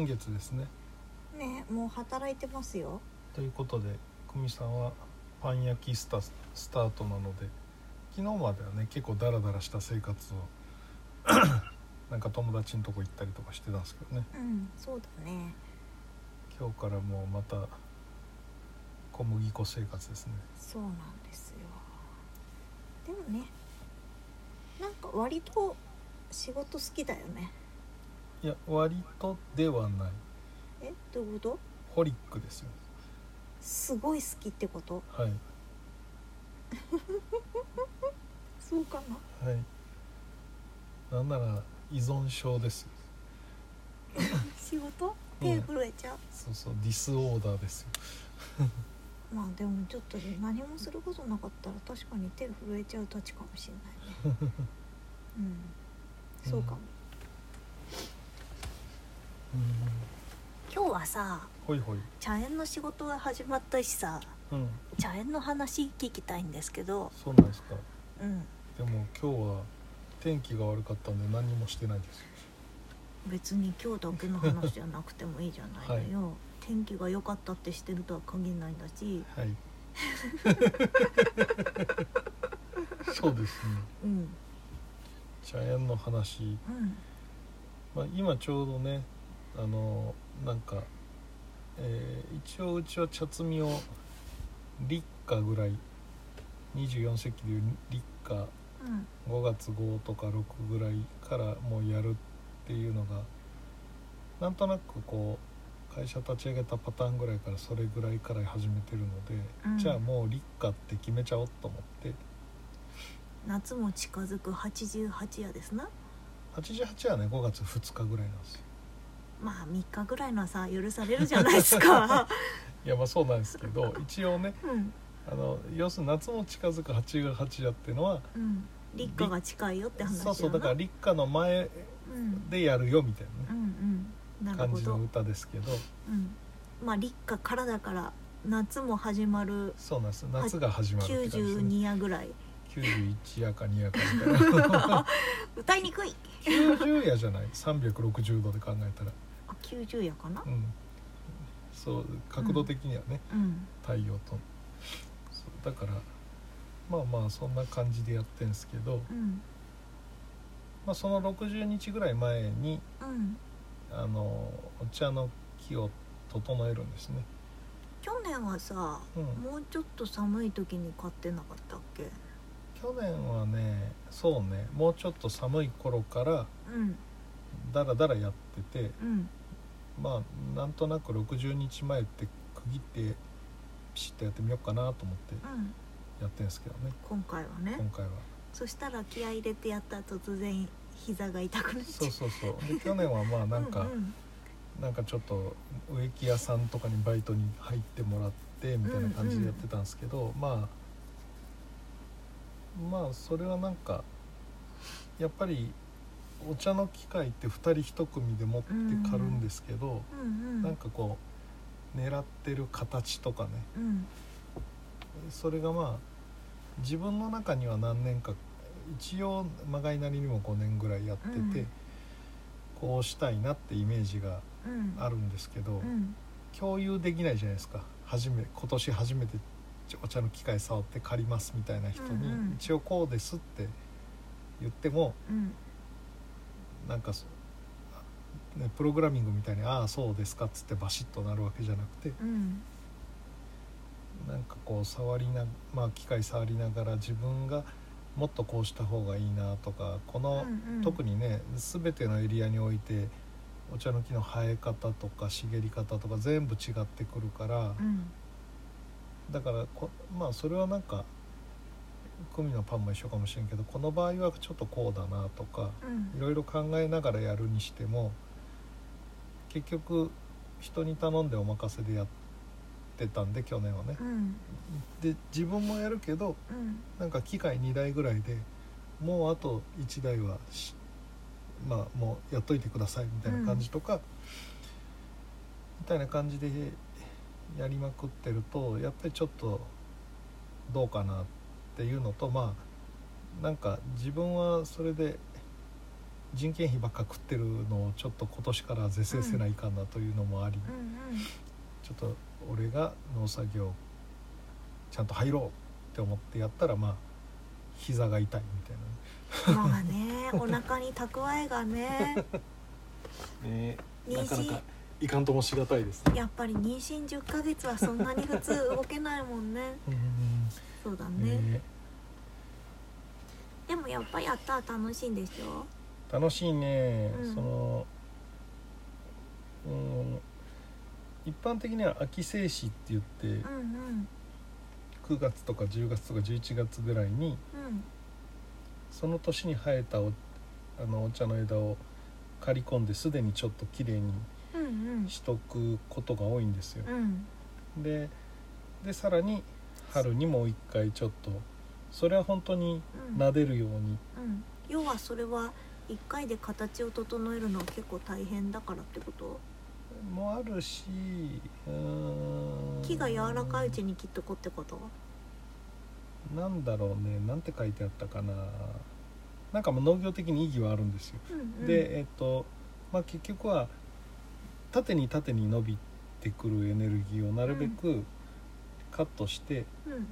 今月ですね。 ね、もう働いてますよ。 ということで久美さんはパン焼きスタートなので、昨日まではね結構ダラダラした生活をなんか友達のとこ行ったりとかしてたんですけどね、 そうだね。 今日からもうまた小麦粉生活ですね。 そうなんですよ。でもね、なんか割と仕事好きだよね。 いや割とではない。 どういうこと？ ホリックですよ。 すごい好きってこと？ はいそうかな。 はい。なんなら依存症ですよ。 仕事？手震えちゃう。 そうディスオーダーですよ。 まあでもちょっと何もすることなかったら確かに手震えちゃうたちかもしれないね。そうかも。今日はさ、 ほいほい。 茶園の仕事が始まったしさ、茶園の話聞きたいんですけど。 そうなんですか。でも今日は天気が悪かったんで何もしてないですよ。 別に今日だけの話じゃなくてもいいじゃないのよ、はい、天気が良かったってしてるとは限らないんだし、 はいそうですね、茶園の話、今ちょうどねなんか、一応うちは茶摘みを立夏ぐらい24節気でいう立夏、5月5とか6ぐらいからもうやるっていうのがなんとなくこう会社立ち上げたパターンぐらいからそれぐらいから始めてるので、じゃあもう立夏って決めちゃおうと思って。 夏も近づく88夜ですな。 88はね5月2日ぐらいなんですよ。 まあ3日ぐらいのさ許されるじゃないですかいやまあそうなんですけど一応ね、要するに夏も近づく88夜っていうのは、 立夏が近いよって話だよな。 そうだから立夏の前でやるよみたいな、感じの歌ですけど、 まあ立夏からだから夏も始まる。 そうなんです。夏が始まるって感じですね。 92夜ぐらい、 91夜か2夜かみたいな歌いにくい。 90夜じゃない360度で考えたら 90夜かな、 そう角度的にはね、太陽とだからまあそんな感じでやってんですけど、その60日ぐらい前に、お茶の木を整えるんですね。 去年はさ、もうちょっと寒い時に買ってなかったっけ？ 去年はね、そうね、もうちょっと寒い頃からだらだらやってて、なんとなく60日前って区切ってピシッとやってみようかなと思ってやってるんですけどね、 今回はね。そしたら気合い入れてやったら突然膝が痛くなっちゃう。 そうで去年はまあなんかなんかちょっと植木屋さんとかにバイトに入ってもらってみたいな感じでやってたんですけど、まあそれはなんかやっぱりお茶の機械って2人1組で持って刈るんですけど、なんかこう狙ってる形とかね、それがまあ自分の中には何年か一応まがいなりにも5年ぐらいやってて、こうしたいなってイメージがあるんですけど、共有できないじゃないですか。今年初めてお茶の機械触って借りますみたいな人に一応こうですって言っても、なんか、ね、プログラミングみたいにああそうですかっつってバシッとなるわけじゃなくて、なんかこう機械触りながら自分がもっとこうした方がいいなとか、この、特にね全てのエリアにおいてお茶の木の生え方とか茂り方とか全部違ってくるから、だからそれはなんか組のパンも一緒かもしれんけど、この場合はちょっとこうだなとか、いろいろ考えながらやるにしても結局人に頼んでお任せでやってたんで去年はね、で自分もやるけど、なんか機械2台ぐらいでもうあと1台はもうやっといてくださいみたいな感じとか、みたいな感じでやりまくってるとやっぱりちょっとどうかなっていうのと、なんか自分はそれで人件費ばっか食ってるのをちょっと今年から是正せないかんなというのもあり、ちょっと俺が農作業ちゃんと入ろうって思ってやったら、まあ膝が痛いみたいな。 まあね、お腹に蓄えがねなかなかいかんともしがたいですね。 やっぱり妊娠10ヶ月はそんなに普通動けないもんねそうだね、でもやっぱりやったら楽しいんでしょ。 楽しいね、一般的には秋精子って言って、9月とか10月とか11月ぐらいに、その年に生えたお茶の枝を刈り込んですでにちょっときれいにしとくことが多いんですよ、でさらに春にもう一回ちょっとそれは本当に撫でるように、 要はそれは1回で形を整えるのは結構大変だからってこともあるし、 木が柔らかいうちに切っとこうってこと。 なんだろうね、なんて書いてあったかな、なんかもう農業的に意義はあるんですよ、で結局は縦に伸びてくるエネルギーをなるべくカットして、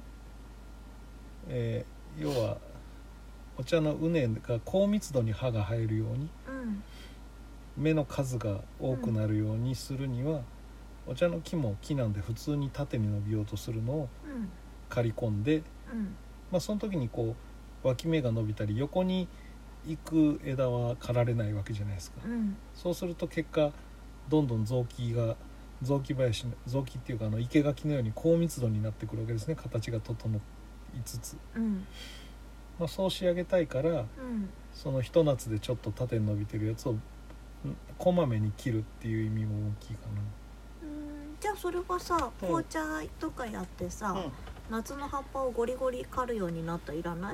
要はお茶の畝が高密度に葉が生えるように、芽の数が多くなるようにするには、お茶の木も木なんで普通に縦に伸びようとするのを刈り込んで、その時にこう脇芽が伸びたり横に行く枝は刈られないわけじゃないですか、そうすると結果どんどん雑木っていうか生垣のように高密度になってくるわけですね、形が整いつつ、そう仕上げたいから、そのひと夏でちょっと縦に伸びてるやつをこまめに切るっていう意味も大きいかな。 じゃあそれはさ、紅茶とかやってさ、夏の葉っぱをゴリゴリ刈るようになったらいらない？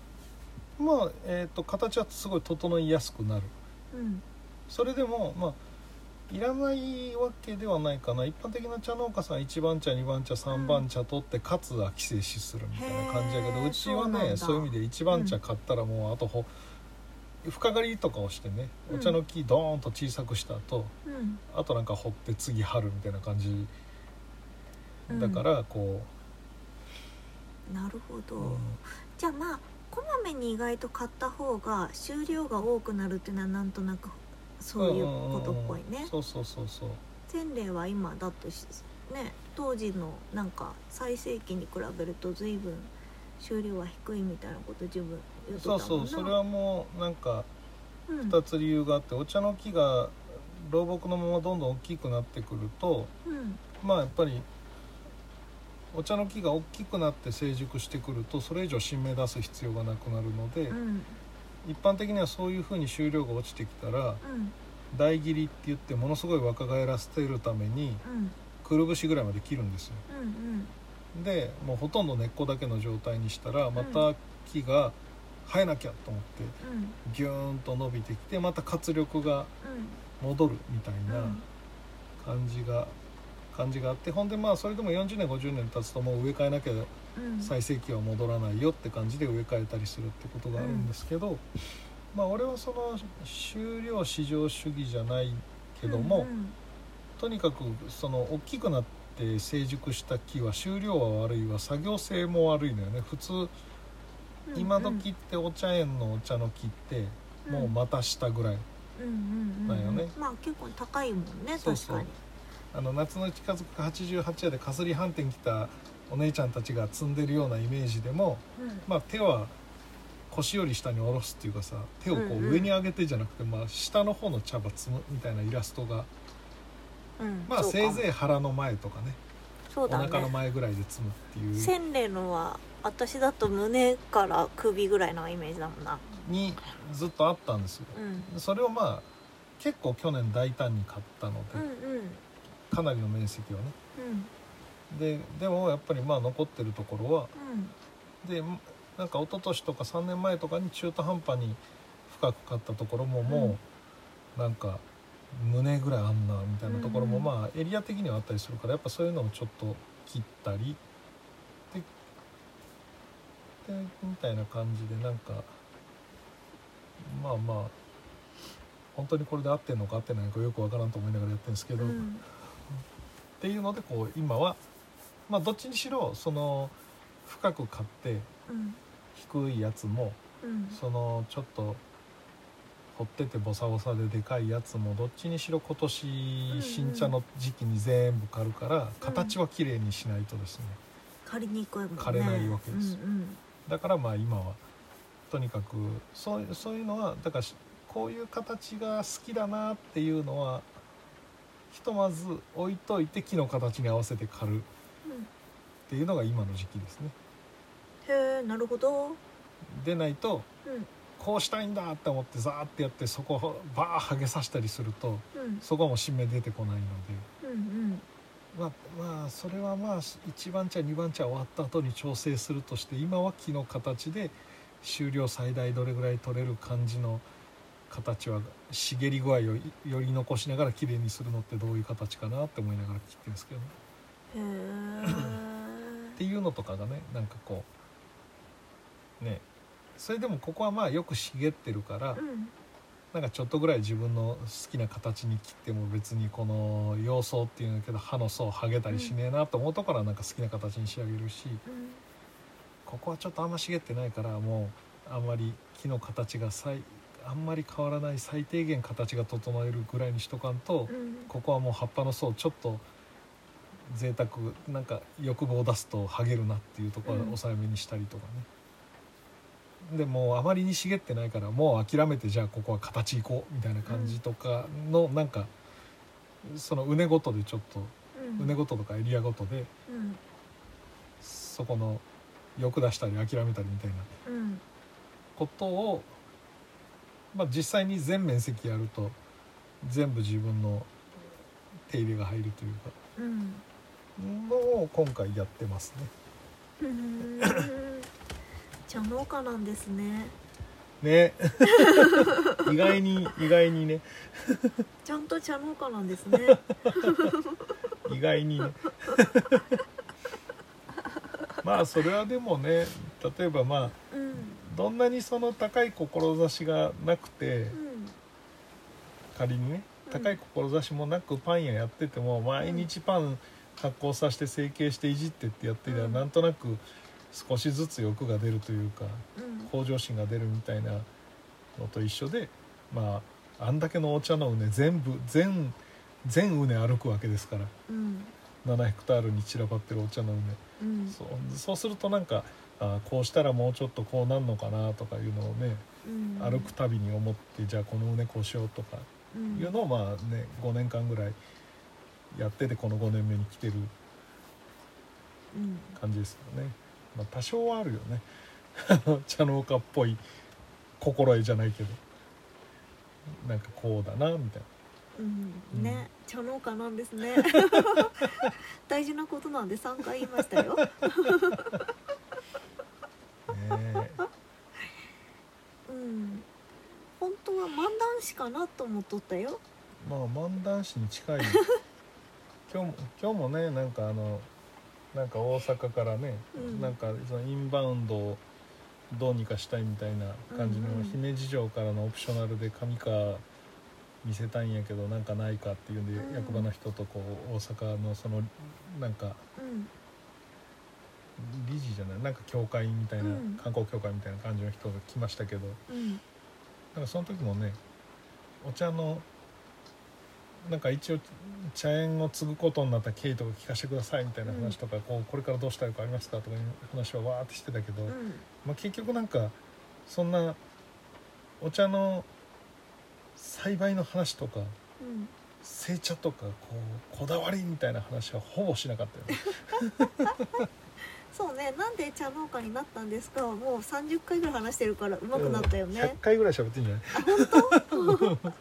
形はすごい整いやすくなる、それでもいらないわけではないかな。一般的な茶農家さんは1番茶2番茶3番茶取ってかつ秋精子するみたいな感じやけど、うちはねそういう意味で1番茶買ったらもうあと深刈りとかをしてね、お茶の木ドーンと小さくした後、あとなんか掘って次張るみたいな感じだからこう、なるほど、じゃあこまめに意外と買った方が収量が多くなるっていうのはなんとなくそういうことっぽいね。 そう前例は今だとね、当時のなんか最盛期に比べると随分収量は低いみたいなこと自分言っとったもんな。 それはもうなんか2つ理由があって、お茶の木が老木のままどんどん大きくなってくると、やっぱりお茶の木が大きくなって成熟してくるとそれ以上新芽出す必要がなくなるので、一般的にはそういうふうに収量が落ちてきたら、台切りって言ってものすごい若返らせているために、くるぶしぐらいまで切るんですよ、でもうほとんど根っこだけの状態にしたらまた木が生えなきゃと思ってギューンと伸びてきてまた活力が戻るみたいな感じがあって、ほんでそれでも40年50年経つともう植え替えなきゃ最盛期は戻らないよって感じで植え替えたりするってことがあるんですけど、俺はその収量至上主義じゃないけども、とにかくその大きくなって成熟した木は収量は悪いわ、作業性も悪いのよね。普通今時ってお茶園のお茶の木ってもう股下ぐらいだよね。 結構高いもんね。確かに夏の近づく88夜でかすり飯店来たお姉ちゃんたちが積んでるようなイメージでも、手は腰より下に下ろすっていうかさ、手をこう上に上げてじゃなくて、下の方の茶葉摘むみたいなイラストが、せいぜい腹の前とかね、お腹の前ぐらいで摘むっていう。 洗礼のは私だと胸から首ぐらいのイメージだもんなにずっとあったんですよ、それを結構去年大胆に買ったので、かなりの面積はね、でもやっぱり残ってるところは、でなんか一昨年とか3年前とかに中途半端に深く買ったところももうなんか胸ぐらいあんなみたいなところもエリア的にはあったりするから、やっぱそういうのをちょっと切ったりでみたいな感じで、なんか本当にこれで合ってんのか合ってないのかよくわからんと思いながらやってるんですけど、っていうのでこう今はまあどっちにしろその深く買って低いやつも、そのちょっと掘っててボサボサででかいやつもどっちにしろ今年新茶の時期に全部刈るから形はきれいにしないとですね、 刈りにくいもんね、 刈れないわけですよ、だからまあ今はとにかくそういうのはだからこういう形が好きだなっていうのはひとまず置いといて木の形に合わせて刈るっていうのが今の時期ですね。 へえ、なるほど。 でないと、こうしたいんだって思ってザーってやってそこをバー剥げさせたりすると、そこはもう新芽出てこないので、まあそれはまあ1番茶2番茶終わった後に調整するとして、今は木の形で収量最大どれぐらい取れる感じの形は茂り具合をより残しながらきれいにするのってどういう形かなって思いながら切ってるんですけどね。っていうのとかがね、なんかこうね、それでもここはまあよく茂ってるから、なんかちょっとぐらい自分の好きな形に切っても別にこの葉層っていうんだけど葉の層剥げたりしねえなと思うところはなんか好きな形に仕上げるし、ここはちょっとあんま茂ってないからもうあんまり木の形があんまり変わらない最低限形が整えるぐらいにしとかんと、ここはもう葉っぱの層ちょっと贅沢なんか欲望を出すと剥げるなっていうところは抑えめにしたりとかね、でもうあまりに茂ってないからもう諦めてじゃあここは形いこうみたいな感じとかの、なんかその畝ごとでちょっと、畝ごととかエリアごとで、そこの欲出したり諦めたりみたいなことを、まあ、実際に全面積やると全部自分の手入れが入るというか、のを今回やってますね。 茶農家なんですね。 ね意外にねちゃんと茶農家なんですね意外にねまあそれはでもね、例えばまあ、どんなにその高い志がなくて、仮にね高い志もなくパン屋やってても毎日パン発酵させて成形していじってってやってりゃ、なんとなく少しずつ欲が出るというか、向上心が出るみたいなのと一緒で、まああんだけのお茶の畝全畝歩くわけですから、7ヘクタールに散らばってるお茶の畝、そうするとなんかこうしたらもうちょっとこうなんのかなとかいうのをね、歩くたびに思って、じゃあこの畝こうしようとかいうのをまあね5年間ぐらいやってて、この5年目に来てる感じですよね。まあ、多少はあるよね茶農家っぽい心得じゃないけど、なんかこうだなみたいな、 ね、茶農家なんですね大事なことなんで3回言いましたよ本当は漫談師かなと思っとったよ。 まあ漫談師に近い今日もね、なんか大阪からね、なんかそのインバウンドをどうにかしたいみたいな感じの、姫路城からのオプショナルで上川見せたいんやけどなんかないかっていうんで、役場の人とこう大阪のそのなんか、理事じゃない、なんか教会みたいな、観光協会みたいな感じの人が来ましたけど、なんかその時もね、お茶のなんか一応茶園を継ぐことになった経緯とか聞かせてくださいみたいな話とか、これからどうしたいかありますかとかいう話はわーってしてたけど、まあ、結局なんかそんなお茶の栽培の話とか、製茶とかこだわりみたいな話はほぼしなかったよねそうね、なんで茶農家になったんですか、もう30回ぐらい話してるから上手くなったよね。 100回ぐらい喋ってんじゃない？ 本当？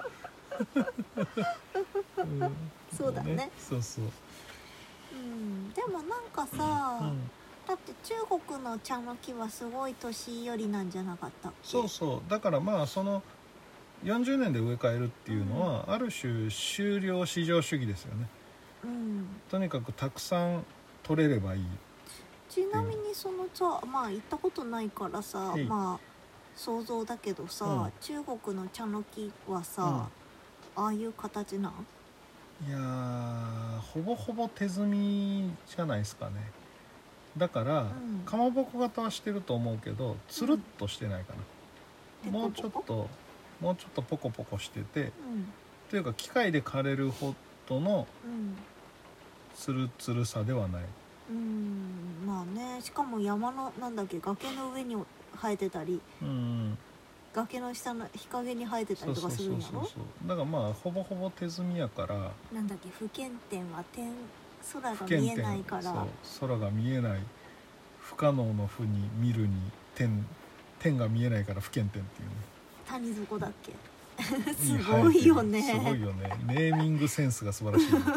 そうだね。 そうそう。 でもなんかさ、だって中国の茶の木はすごい年寄りなんじゃなかったっけ？ そうそう。だからまあその40年で植え替えるっていうのは、ある種終了至上主義ですよね。とにかくたくさん取れればいい。 ちなみにその茶、まあ行ったことないからさ、まあ想像だけどさ、中国の茶の木はさ、ああいう形なん？ いやーほぼほぼ手摘みじゃないですかね。だから、かまぼこ型はしてると思うけどつるっとしてないかな、もうちょっとポコポコしてて、というか機械で刈れるほどのつるつるさではない。 まあね、しかも山のなんだっけ、崖の上に生えてたり、崖の下の日陰に生えてたりとかするんやろ。 だからまあほぼほぼ手摘みやから。 なんだっけ、不見天は空が見えないから。 そう空が見えない、不可能の不に見るに天が見えないから不見天っていうね。 谷底だっけすごいよね。 すごいよね。ネーミングセンスが素晴らしい、ね。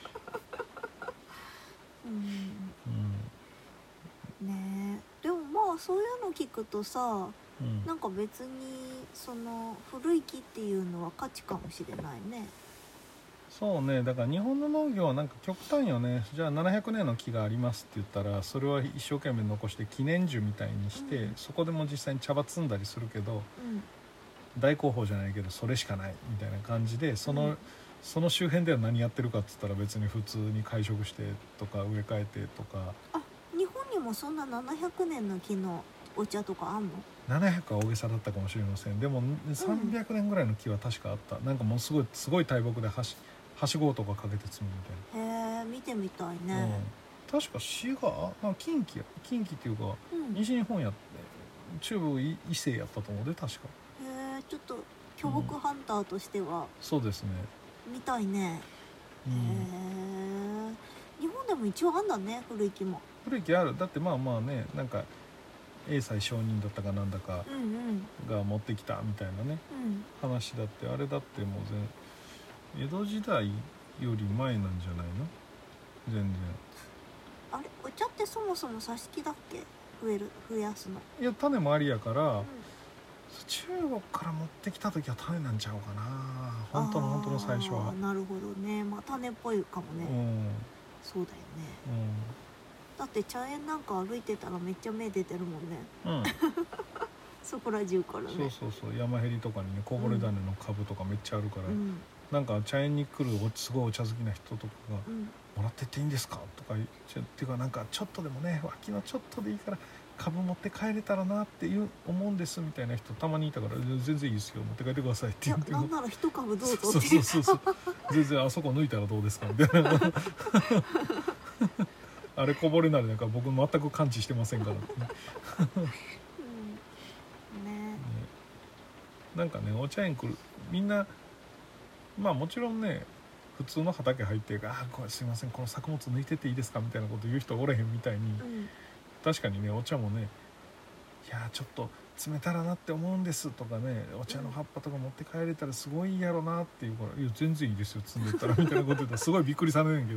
ねえ、でもまあそういうの聞くとさ、なんか別にその古い木っていうのは価値かもしれないね。 そうね、だから日本の農業はなんか極端よね。じゃあ700年の木がありますって言ったらそれは一生懸命残して記念樹みたいにして、そこでも実際に茶葉摘んだりするけど、大工法じゃないけどそれしかないみたいな感じで、その周辺では何やってるかって言ったら別に普通に改植してとか植え替えてとか。 日本にもそんな700年の木のお茶とかあんの ？700は大げさだったかもしれません。でも300年ぐらいの木は確かあった、なんかもうすごい大木ではしごとかかけて積むみたいな。 へえ、見てみたいね。 確か滋賀、近畿っていうか、西日本やって中部伊勢やったと思うで確か。 へえ、ちょっと巨木ハンターとしては、 そうですね、 見たいね。へえ、日本でも一応あんだね、古い木も。 古い木ある。だってまあね、なんか英才上人だったかなんだかが持ってきたみたいなね、話だって。あれだってもう江戸時代より前なんじゃないの？全然。 あれ、お茶ってそもそも挿し木だっけ？増やすの。 いや、種もありやから、中国から持ってきた時は種なんちゃうかな、本当の最初は。 なるほどね。まあ種っぽいかもね。そうだよね。だって茶園なんか歩いてたらめっちゃ芽出てるもんね。そこら中からね。 そう山へりとかにね、こぼれ種の株とかめっちゃあるから、なんか茶園に来るすごいお茶好きな人とかが、もらってっていいんですかとかっていうか、なんかちょっとでもね、脇のちょっとでいいから株持って帰れたらなって思うんですみたいな人たまにいたから、全然いいですよ、持って帰ってくださいって言って、 なんなら一株どうぞって。 そう全然あそこ抜いたらどうですかみたいなあれこぼれなりなんか僕全く感知してませんからなんかね、お茶園来るみんな、まあもちろんね、普通の畑入ってこれすいません、この作物抜いてっていいですかみたいなこと言う人おれへんみたいに、確かにね、お茶もね、いやちょっと詰めたらなって思うんですとかね、お茶の葉っぱとか持って帰れたらすごいやろなっていうから、いや全然いいですよ積んでったらみたいなこと言ったらすごいびっくりされるんやけど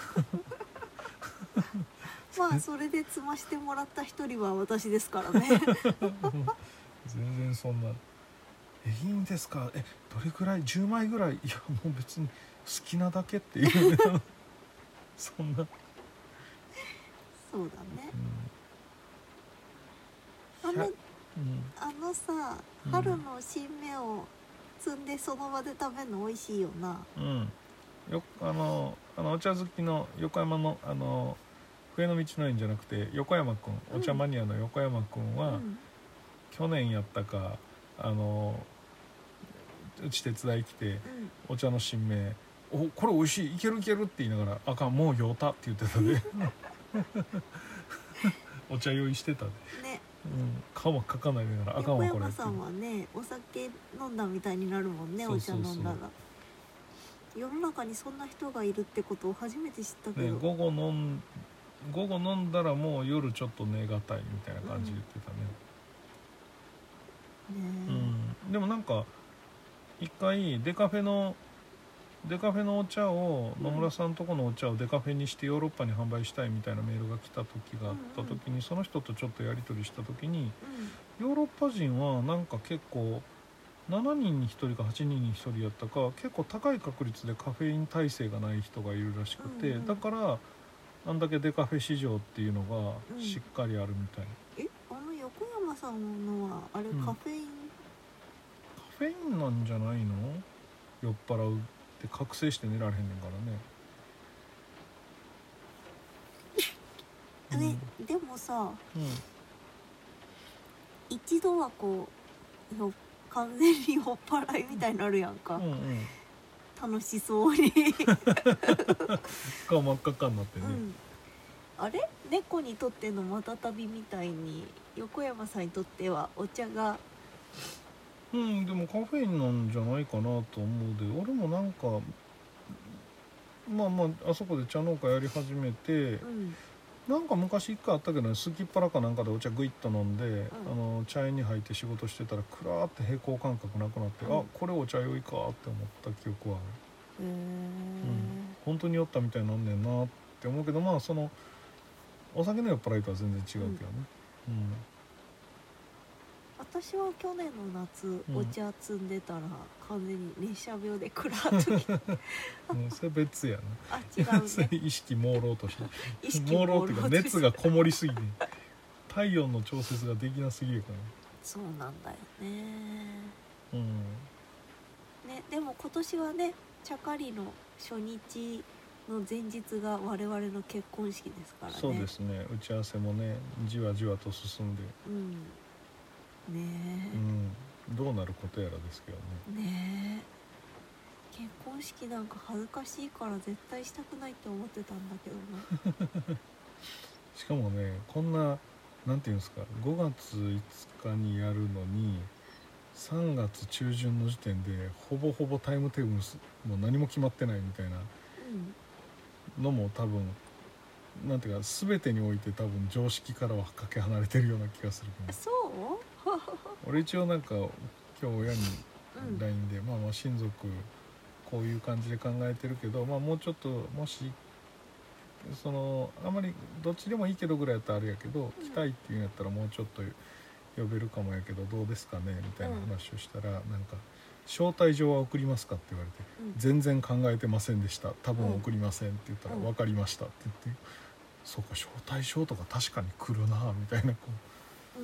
まあそれで積ましてもらった一人は私ですからね全然そんな、いいんですか、どれくらい、10枚ぐらい、いやもう別に好きなだけっていうねそんな。 そうだね、あのさ、春の新芽を摘んでその場で食べるの美味しいよな。 お茶好きの横山の笛の道の園じゃなくて横山くん、お茶マニアの横山くんは、去年やったかうち手伝い来て、お茶の新芽、これ美味しい、いけるって言いながら、あかんもう酔うたって言ってたでお茶用意してたでね、顔もかかないながら、あかんわこれ。 横山さんはね、お酒飲んだみたいになるもんね、お茶飲んだら。世の中にそんな人がいるってことを初めて知ったけど、 午後飲んだらもう夜ちょっと寝がたいみたいな感じで言ってたね。でもなんか一回デカフェのお茶を、野村さんとこのお茶をデカフェにしてヨーロッパに販売したいみたいなメールが来た時があった時に、その人とちょっとやり取りした時に、ヨーロッパ人はなんか結構7人に1人か8人に1人やったか、結構高い確率でカフェイン耐性がない人がいるらしくて、だからあんだけデカフェ市場っていうのがしっかりあるみたい。 横山さんのはあれ、カフェイン、 カフェインなんじゃないの？酔っ払うって覚醒して寝られへんねんからね。 でもさ、 うん、 一度はこう完全に酔っ払いみたいになるやんか、 うんうん、 楽しそうに顔真っ赤っかになってね、 あれ猫にとってのまたたびみたいに横山さんにとってはお茶がでもカフェインなんじゃないかなと思うで、俺もなんかあそこで茶農家やり始めて、なんか昔一回あったけどね、すきっ腹かなんかでお茶グイッと飲んで、茶園に入って仕事してたらクラーって平衡感覚なくなって、あ、これお茶酔いかって思った記憶はある。本当に酔ったみたいになんねんなって思うけど、そのお酒の酔っ払いとは全然違うけどね。 私は去年の夏お茶摘んでたら完全に熱射病でクラーッときてそれ別やな。 あ、違うね意識朦朧として意識朦朧っていうか熱がこもりすぎて体温の調節ができなすぎるから。 そうなんだよね。ね、でも今年はね、茶刈りの初日の前日が我々の結婚式ですからね。 そうですね、打ち合わせもねじわじわと進んで、どうなることやらですけどね。 ねえ、結婚式なんか恥ずかしいから絶対したくないって思ってたんだけどなしかもね、こんななんていうんですか、5月5日にやるのに3月中旬の時点でほぼほぼタイムテーブルも何も決まってないみたいなのも多分なんていうか、全てにおいて多分常識からはかけ離れてるような気がするけど。 そう俺一応なんか今日親に LINE で、親族こういう感じで考えてるけど、もうちょっともしそのあまりどっちでもいいけどぐらいやったらあれやけど、来たいっていうんやったらもうちょっと呼べるかもやけどどうですかねみたいな話をしたら、なんか招待状は送りますかって言われて、全然考えてませんでした、多分送りませんって言ったら、分かりましたって言って、そうか招待状とか確かに来るなみたいな、こう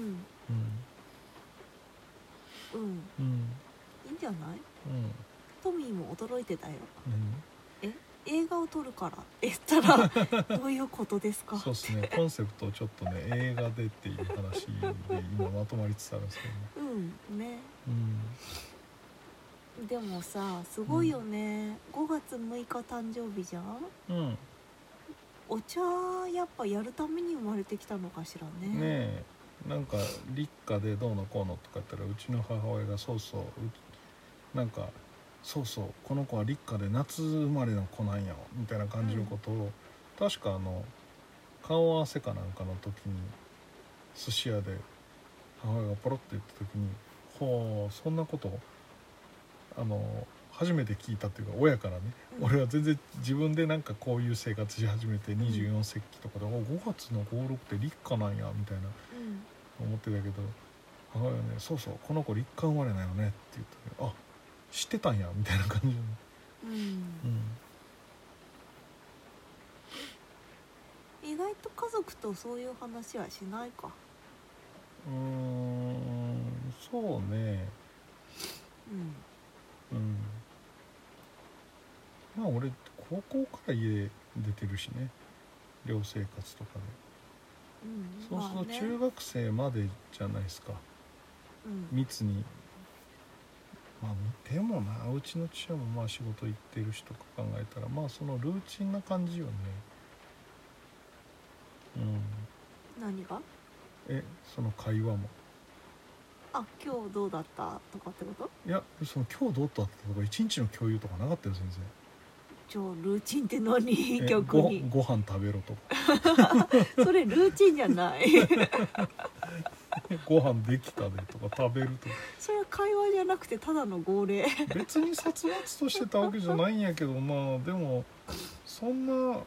いいんじゃない？トミーも驚いてたよ。映画を撮るからって言ったらどういうことですか？ そうですね、コンセプトをちょっとね映画でっていう話で今まとまりつつあるんですけどね。 でもさ、すごいよね、5月6日誕生日じゃん。お茶やっぱやるために生まれてきたのかしらね。 ねえ、なんか立夏でどうのこうのとか言ったら、うちの母親がなんかそうそう、この子は立夏で夏生まれの子なんやみたいな感じのことを、確か顔合わせかなんかの時に寿司屋で母親がポロッと言った時に、ほうそんなこと初めて聞いたっていうか、親からね、俺は全然自分でなんかこういう生活し始めて24節気とかで、5月の56って立夏なんやみたいな思ってたけど、母親ね、そうそうこの子立夏生まれなよねって言ったけど、あ、知ってたんやみたいな感じで、 意外と家族とそういう話はしないか。 そうね。俺高校から家出てるしね、寮生活とかで、そうすると中学生までじゃないですか、密に。でもな、うちの父親も仕事行ってる人とか考えたら、そのルーチンな感じよね。 何が？ その会話も、 あ、今日どうだったとかってこと？ いや、その今日どうだったとか一日の共有とかなかったよ全然。 ルーチンって何？逆にご飯食べろとかそれルーチンじゃないご飯できたでとか食べるとか、 それは会話じゃなくてただの号令別に殺伐としてたわけじゃないんやけど、でもそんなど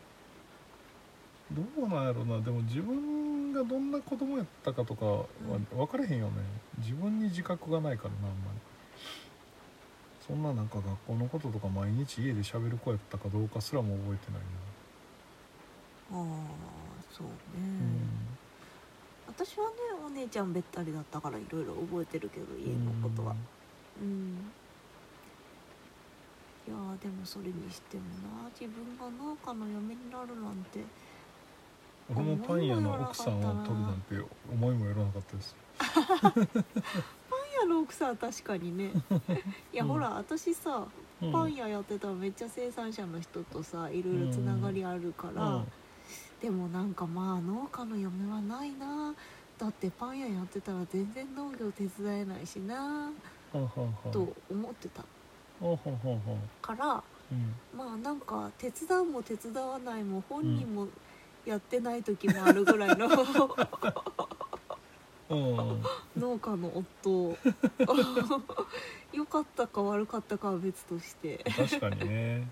うなんやろな。でも自分がどんな子供やったかとかは分かれへんよね、自分に自覚がないからな。あんまりそんななんか学校のこととか毎日家で喋る子やったかどうかすらも覚えてないな。 そうね、 私はねお姉ちゃんべったりだったからいろいろ覚えてるけど家のことは。いやでもそれにしてもな自分が農家の嫁になるなんて俺もパン屋の奥さんを取るなんて思いもよらなかったです。 パン屋の奥さんは確かにねいや、ほら私さパン屋やってたらめっちゃ生産者の人とさいろいろつながりあるから、でもなんかまあ農家の嫁はないな、だってパン屋やってたら全然農業手伝えないしなと思ってたから、まあなんか手伝うも手伝わないも本人もやってない時もあるぐらいの農家の夫良かったか悪かったかは別として確かにね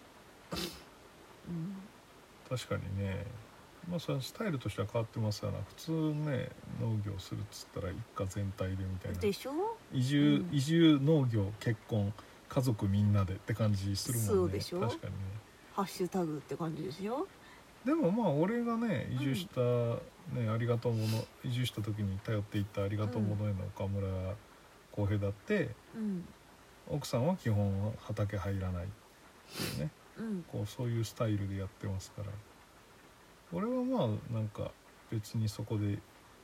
確かにね、まあそれスタイルとしては変わってますよな。普通ね農業するっつったら一家全体でみたいなでしょ。 移住農業結婚家族みんなでって感じするもんね。 そうでしょ。 確かにねハッシュタグって感じですよ。 でもまあ俺がね移住した、ありがとうもの移住した時に頼っていったありがとうものへの岡村浩平だって、奥さんは基本畑入らないっていうね、こうそういうスタイルでやってますから、俺はまあなんか別にそこで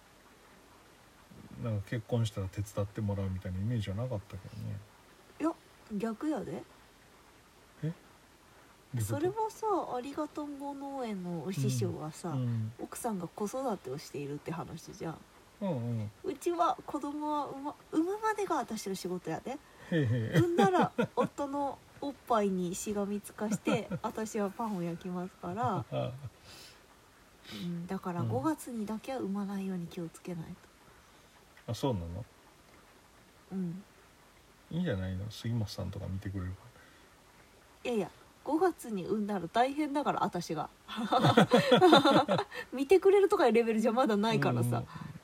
なんか結婚したら手伝ってもらうみたいなイメージはなかったけどね。 いや逆やで。それはさありがとう農園のお師匠はさ、奥さんが子育てをしているって話じゃん。うちは子供は産むまでが私の仕事やで。産んだら夫のおっぱいにしがみつかして私はパンを焼きますからだから5月にだけは産まないように気をつけないと。あ、そうなの。いいんじゃないの、杉本さんとか見てくれるから。 いやいや5月に産んだら大変だから私が見てくれるとかいうレベルじゃまだないからさ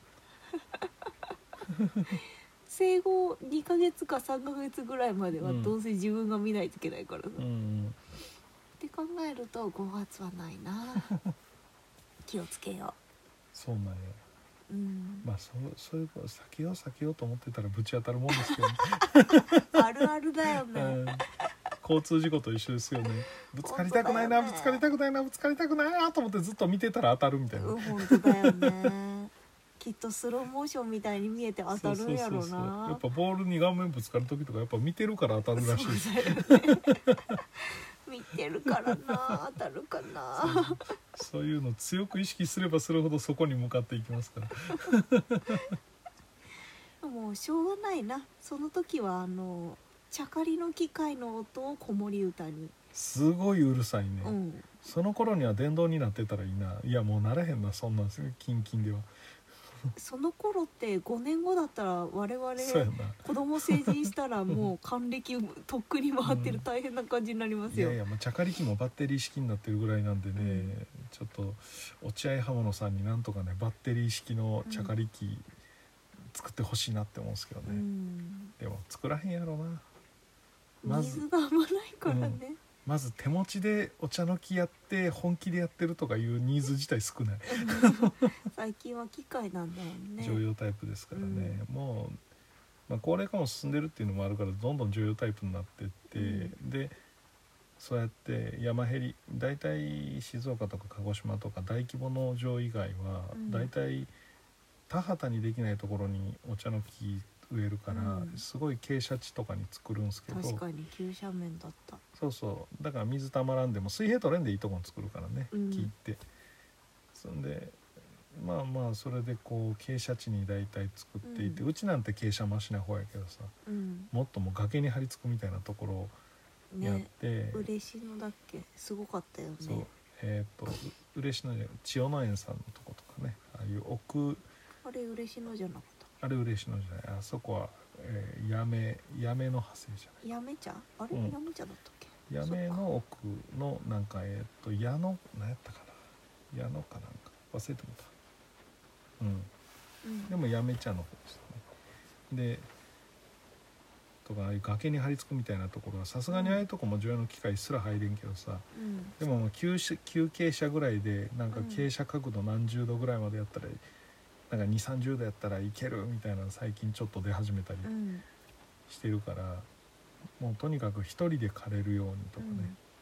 生後2ヶ月か3ヶ月ぐらいまではどうせ自分が見ないといけないからさ、って考えると5月はないな気をつけよう。 そうなんや。まあそういうこと避けようと思ってたらぶち当たるもんですけど、ね、 あるあるだよね、 交通事故と一緒ですよね。ぶつかりたくないな、ぶつかりたくないな、ぶつかりたくないなと思ってずっと見てたら当たるみたいな。 本当だよねきっとスローモーションみたいに見えて当たるんやろうな。 やっぱボールに顔面ぶつかる時とかやっぱ見てるから当たるらしいです。 見てるからな、当たるかな。 そういうの強く意識すればするほどそこに向かっていきますから。 もうしょうがないな。その時は茶刈りの機械の音を子守歌に。 すごいうるさいね、その頃には電動になってたらいいな。いやもうなれへんなそんなんですね、キンキンでは。 その頃って5年後だったら我々子供成人したらもう還暦とっくに回ってる大変な感じになりますよ。 いやいや、まあ、茶刈り機もバッテリー式になってるぐらいなんでね、ちょっと落合浜野さんになんとかねバッテリー式の茶刈り機作ってほしいなって思うんですけどね、でも作らへんやろな。 水があんまないからね、 まず手持ちでお茶の木やって本気でやってるとかいうニーズ自体少ない最近は機械なんだよね。 常用タイプですからね、もう、まあ、高齢化も進んでるっていうのもあるからどんどん常用タイプになってって、でそうやって山減り、だいたい静岡とか鹿児島とか大規模農場以外はだいたい田畑にできないところにお茶の木植えるから、すごい傾斜地とかに作るんですけど、 確かに急斜面だった。 そうだから水たまらんでも水平取れんでいいとこに作るからね、木って。そんでまあまあそれでこう傾斜地に大体作っていて、うちなんて傾斜マシな方やけどさ、もっともう崖に張り付くみたいなところをやって、 嬉野だっけ、すごかったよね。 そう嬉野じゃ千代野園さんのとことかね、ああいう奥、 あれ嬉野じゃなかった。 あれ嬉野じゃない、あそこは、八女の派生じゃない、 八女茶、あれ、八女茶だったっけ。 八女の奥のなんか矢野何やったかな、矢野かなんか忘れてもた。でも八女茶の方ですね。でとかああいう崖に張り付くみたいなところはさすがにああいうとこも除夜の機械すら入れんけどさ、でも急傾斜ぐらいでなんか傾斜角度何十度ぐらいまでやったらなんか2 3 0度やったらいけるみたいなの最近ちょっと出始めたりしてるから、もうとにかく一人で枯れるようにとかね、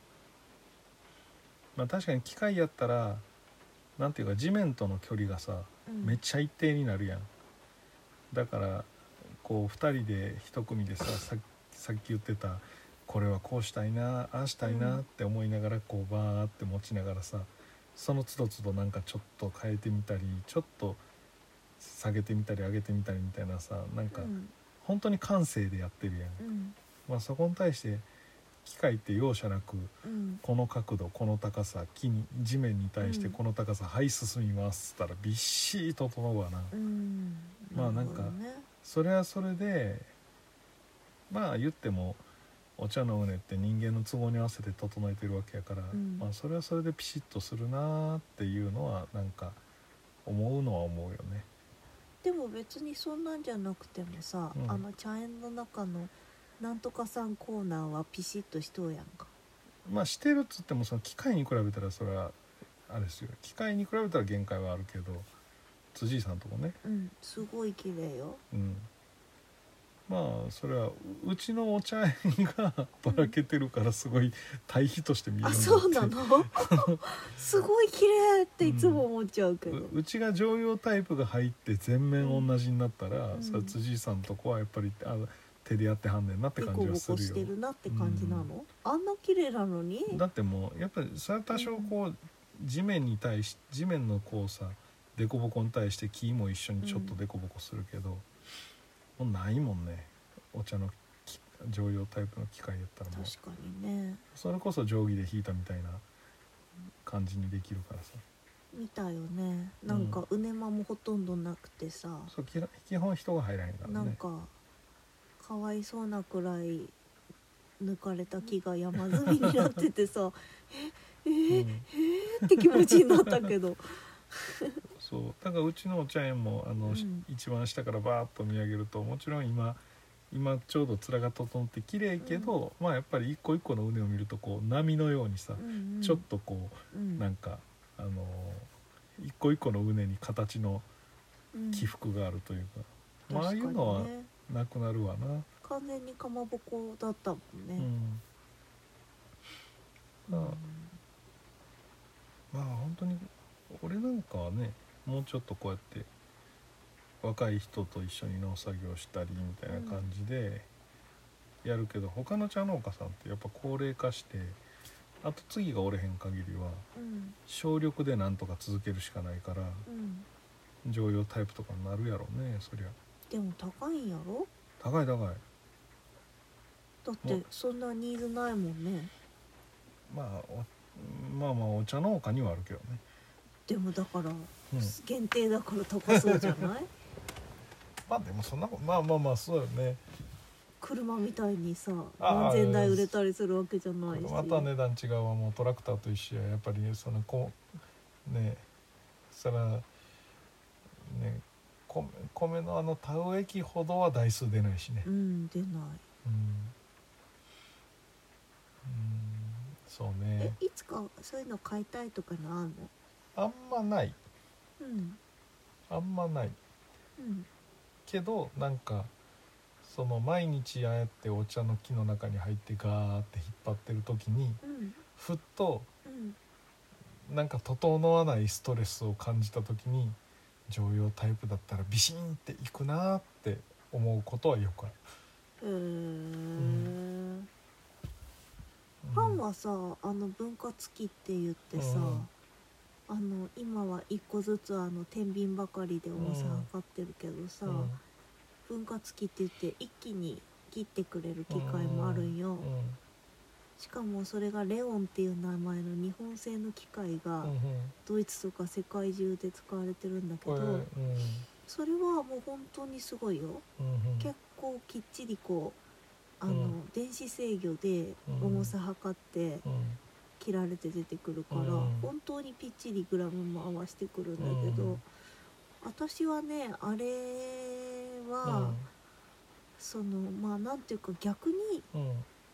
まあ確かに機械やったらなんていうか地面との距離がさ、めっちゃ一定になるやん。だからこう2人で1組でさっき言ってたこれはこうしたいなああしたいなって思いながらこうバーって持ちながらさ、その都度都度なんかちょっと変えてみたりちょっと下げてみたり上げてみたりみたいなさ、なんか本当に感性でやってるやん、まあ、そこに対して機械って容赦なく、この角度この高さ地面に対してこの高さ、はい進みますっつったらびっしり整うわな、まあなんかそれはそれでまあ言ってもお茶の畝って人間の都合に合わせて整えてるわけやから、まあそれはそれでピシッとするなっていうのはなんか思うのは思うよね。 でも別にそんなんじゃなくてもさ、茶園の中のなんとかさんコーナーはピシッとしとうやんか。 まあしてるっつってもその機械に比べたらそれはあれですよ、機械に比べたら限界はあるけど、辻井さんとこね、 すごい綺麗よ。 まあそれはうちのお茶園がばらけてるからすごい対比として見えるんだって。 そうなのすごい綺麗っていつも思っちゃうけど、 うちが常用タイプが入って全面同じになったら、それ辻井さんとこはやっぱり手でやってはんねんなって感じはするよ。 ボコボコしてるなって感じなの、あんな綺麗なのに。 だってもうやっぱりそれは多少こう、地面のこうさ凸凹に対して木も一緒にちょっと凸凹するけど、もうないもんね、お茶の常用タイプの機械やったらもう確かにね。それこそ定規で引いたみたいな感じにできるからさ。 見たよね、なんかうねまもほとんどなくてさ、 そう基本人が入らへんからね。 なんかかわいそうなくらい抜かれた木が山積みになっててさって気持ちになったけどそうだからうちのお茶園も一番下からバーッと見上げると、もちろん今ちょうど面が整って綺麗けど、まあやっぱり一個一個の畝を見るとこう波のようにさ、ちょっとこう、なんか一個一個の畝に形の起伏があるというか、まあああいうのはなくなるわな。 完全にかまぼこだったもんね。 まあ本当に俺なんかはね、もうちょっとこうやって若い人と一緒に農作業したりみたいな感じでやるけど、他の茶農家さんってやっぱ高齢化して、あと次がおれへん限りは少量でなんとか続けるしかないから、常用タイプとかになるやろうね、そりゃ。 でも高いんやろ。 高いだってそんなニーズないもんね。 まあお茶農家にはあるけどね。 でもだから、限定だから高そうじゃないまあでもそんなまあそうよね。 車みたいにさ何千台売れたりするわけじゃないし、 また値段違うわ。もうトラクターと一緒や。やっぱりそのね、そらね、米の田植え機ほどは台数出ないしね。 出ない。 そうね。 いつかそういうの買いたいとかのあんの？ あんまない。あんまない。けどなんかその毎日ああやってお茶の木の中に入ってガーって引っ張ってる時に、ふっと、なんか整わないストレスを感じた時に、常用タイプだったらビシンっていくなって思うことはよくある。 パンはさ、分割機って言ってさ、今は1個ずつ天秤ばかりで重さ測ってるけどさ、分割機って言って一気に切ってくれる機械もあるんよ。しかもそれがレオンっていう名前の日本製の機械がドイツとか世界中で使われてるんだけど、それはもう本当にすごいよ。結構きっちりこう電子制御で重さ測って切られて出てくるから、本当にぴっちりグラムも合わせてくるんだけど、私はねあれはそのまあなんていうか逆に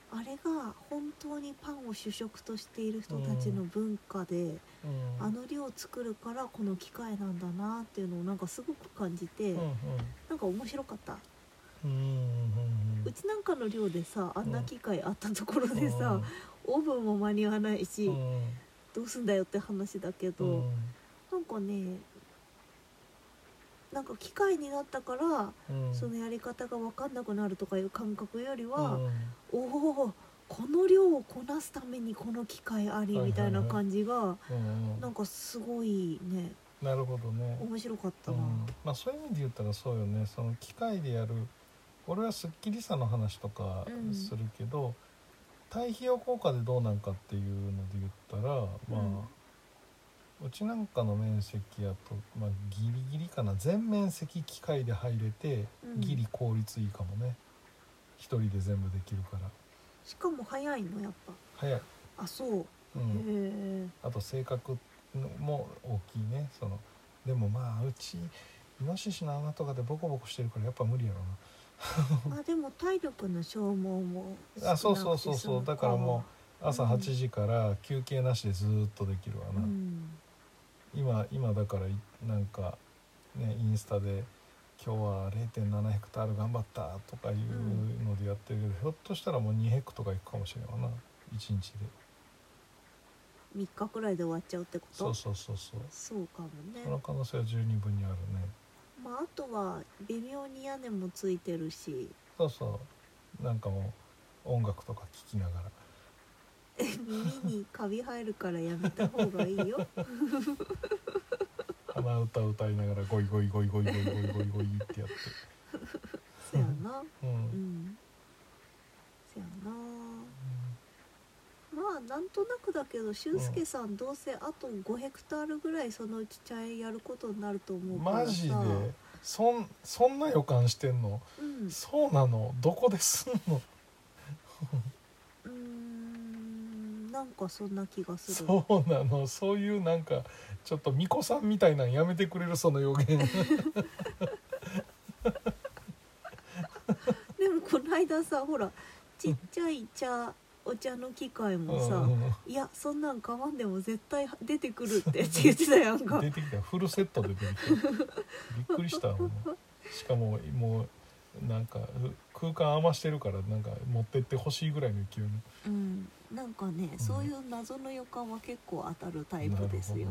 あれが本当にパンを主食としている人たちの文化で、あの量を作るからこの機械なんだなっていうのをなんかすごく感じて、なんか面白かった。うちなんかの寮でさ、あんな機械あったところでさ、オーブンも間に合わないし、どうすんだよって話だけど、なんかね、なんか機械になったから、そのやり方が分かんなくなるとかいう感覚よりは、おおこの量をこなすためにこの機械ありみたいな感じが、なんかすごいね。 なるほどね。 面白かったな。 まあそういう意味で言ったらそうよね。その機械でやる、俺はスッキリさの話とかするけど、対比用効果でどうなんかっていうので言ったら、まあうちなんかの面積やと、まあ、ギリギリかな。全面積機械で入れて、ギリ効率いいかもね。一人で全部できるから。 しかも早いのやっぱ。 早い。 あ、そう。へえ。 あと性格も大きいね。でもまあうちイノシシの穴とかでボコボコしてるからやっぱ無理やろな。あ、でも体力の消耗もそうだからもう朝8時から休憩なしでずっとできるわな。今だからなんかね、インスタで今日は 0.7 ヘクタール頑張ったとかいうのでやってるけど、ひょっとしたらもう2ヘクとかいくかもしれんわな、1日で。 3日くらいで終わっちゃうってこと？ そうかもね。 その可能性は十二分にあるね。 まああとは微妙に屋根もついてるし、 なんかもう音楽とか聴きながら耳にカビ生えるからやめた方がいいよ鼻歌歌いながらゴイゴイゴイゴイゴイゴイゴイゴイってやってそやなそやな、まあなんとなくだけど俊介さんどうせあと5ヘクタールぐらいそのうち茶園やることになると思うからさ。 マジでそんな予感してんの？そうなの？どこですんの？ なんかそんな気がする。 そうなの？そういうなんかちょっと巫女さんみたいなんやめてくれる、その予言でもこの間さ、ほらちっちゃいお茶の機械もさ、いやそんなん買わんでも絶対出てくるって言ってたやんか出てきた、フルセットで出てきたびっくりした。しかももうなんか空間余してるからなんか持ってってほしいぐらいの勢いに、 なんかね、そういう謎の予感は結構当たるタイプですよ。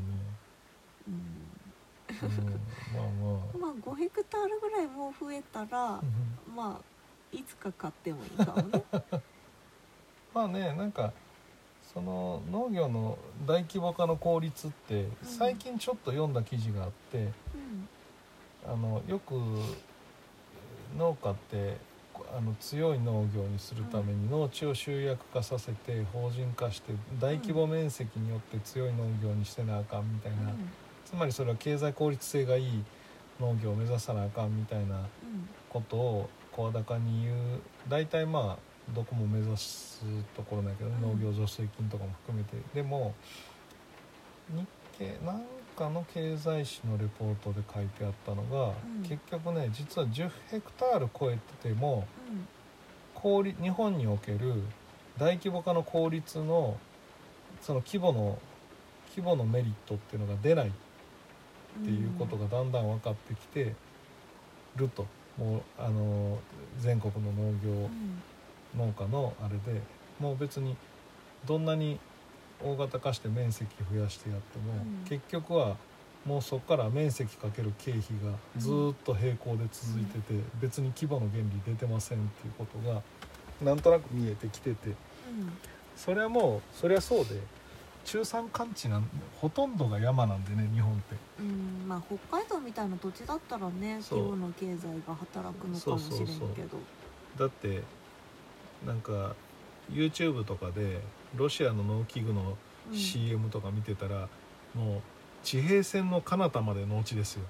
まあ5ヘクタールぐらいもう増えたらまあいつか買ってもいいかもねまあね、なんかその農業の大規模化の効率って最近ちょっと読んだ記事があって、よく農家って強い農業にするために農地を集約化させて法人化して大規模面積によって強い農業にしてなあかんみたいな、つまりそれは経済効率性がいい農業を目指さなあかんみたいなことを声高に言う。大体まあどこも目指すところだけど、農業助成金とかも含めて。でも日経なんかの経済誌のレポートで書いてあったのが、結局ね、実は10ヘクタール超えてても、日本における大規模化の効率のその規模のメリットっていうのが出ないっていうことがだんだん分かってきてると。もう全国の農業農家のあれで、もう別にどんなに大型化して面積増やしてやっても、結局はもうそこから面積かける経費がずっと平行で続いてて、別に規模の原理出てませんっていうことがなんとなく見えてきてて、それはそうで、中山間地ほとんどが山なんでね、日本って。 まあ北海道みたいな土地だったらね、規模の経済が働くのかもしれんけど、 だってなんか YouTube とかでロシアの農機具の CM とか見てたら、もう地平線の彼方まで農地ですよ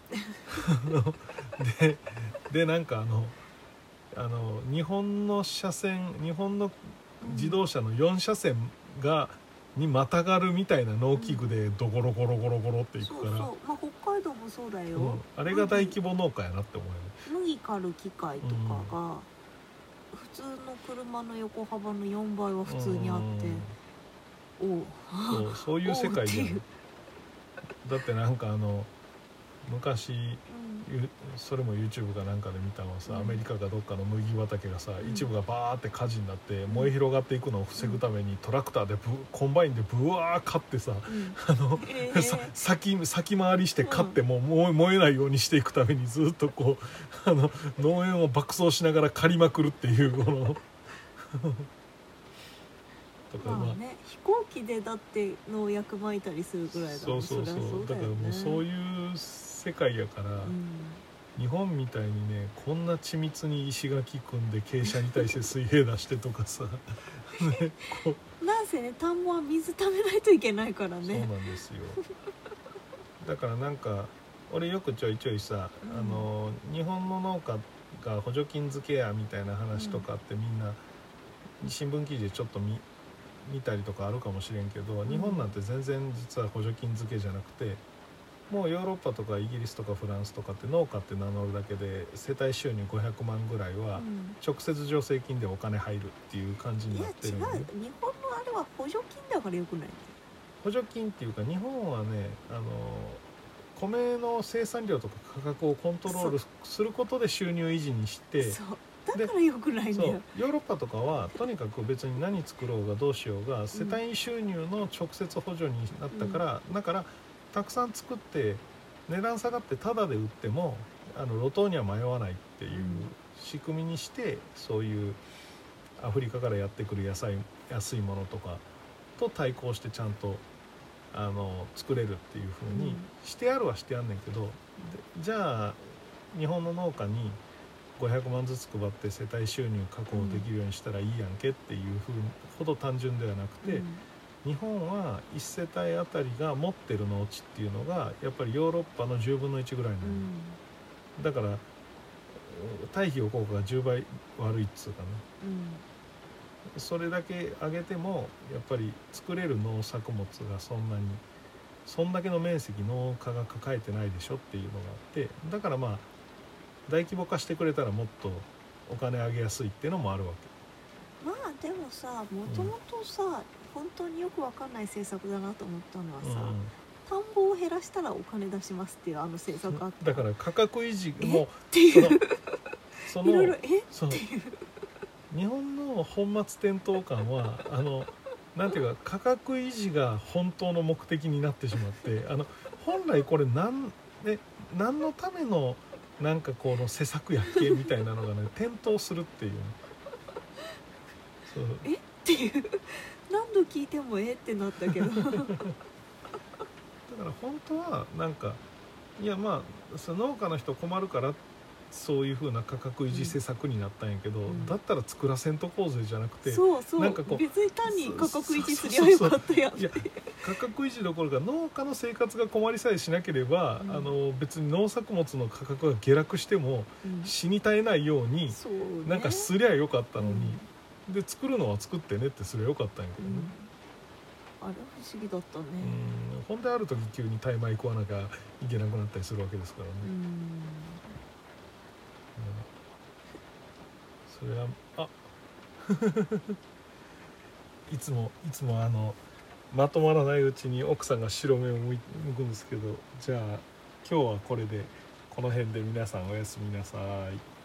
でなんか日本の自動車の4車線にまたがるみたいな農機具でドゴロゴロゴロゴロっていくから、 まあ、北海道もそうだよ、 あれが大規模農家やなって思うよね。 麦刈る機械とかが普通の車の横幅の4倍は普通にあってそういう世界じゃん。だってなんか昔、それも YouTube かなんかで見たのはさ、アメリカかどっかの麦畑がさ、一部がバーって火事になって燃え広がっていくのを防ぐためにトラクターでコンバインでブワー刈ってさ、先回りして刈ってもう燃えないようにしていくためにずっとこう農園を爆走しながら刈りまくるっていうこのとか、まあね、飛行機でだって農薬撒いたりするぐらいだもん。 そうだからもうそういう世界やから、日本みたいにねこんな緻密に石垣組んで傾斜に対して水平出してとかさね、 なんせね田んぼは水ためないといけないからね。 そうなんですよ。だからなんか俺よくちょいちょいさ、日本の農家が補助金付けやみたいな話とかってみんな新聞記事でちょっと見たりとかあるかもしれんけど、日本なんて全然実は補助金付けじゃなくて、もうヨーロッパとかイギリスとかフランスとかって農家って名乗るだけで世帯収入500万ぐらいは直接助成金でお金入るっていう感じになってるんで、 いや違う、日本のあれは補助金だからよくない？ 補助金っていうか日本はね米の生産量とか価格をコントロールすることで収入維持にして、 そうだからよくないんだよ。 ヨーロッパとかはとにかく別に何作ろうがどうしようが世帯収入の直接補助になったから、だからたくさん作って値段下がってタダで売っても路頭には迷わないっていう仕組みにして、そういうアフリカからやってくる安いものとかと対抗してちゃんと作れるっていう風にしてあるはしてあんねんけど、じゃあ日本の農家に500万ずつ配って世帯収入確保できるようにしたらいいやんけっていうほど単純ではなくて、日本は1世帯あたりが持ってる農地っていうのがやっぱりヨーロッパの10分の1ぐらいなの、だから対比を効果が10倍悪いっつうかね、それだけ上げてもやっぱり作れる農作物がそんだけの面積農家が抱えてないでしょっていうのがあって、だからまあ大規模化してくれたらもっとお金上げやすいっていうのもあるわけ。まあでもさ、もともとさ、本当によくわかんない政策だなと思ったのはさ、田んぼを減らしたらお金出しますっていう政策あった。 だから価格維持もっていういろいろっていう日本の本末転倒感はなんていうか価格維持が本当の目的になってしまって本来これ何のためのなんかこの施策やっけみたいなのがね転倒するっていう、 っていう何度聞いてもってなったけどだから本当はなんかいやまあその農家の人困るからそういう風な価格維持施策になったんやけど、だったら作らせんとこうぜじゃなくて、なんかこう別に単に価格維持すりゃよかったやんって。 いや価格維持どころか農家の生活が困りさえしなければ、別に農作物の価格が下落しても死に絶えないように、なんかすりゃよかったのに、で作るのは作ってねってすりゃよかったんやけどね、 あれは不思議だったね。 ほんである時急にタイ米食わなきゃいけなくなったりするわけですからね。それはいつもまとまらないうちに奥さんが白目を向くんですけど、じゃあ今日はこれでこの辺で皆さんおやすみなさい。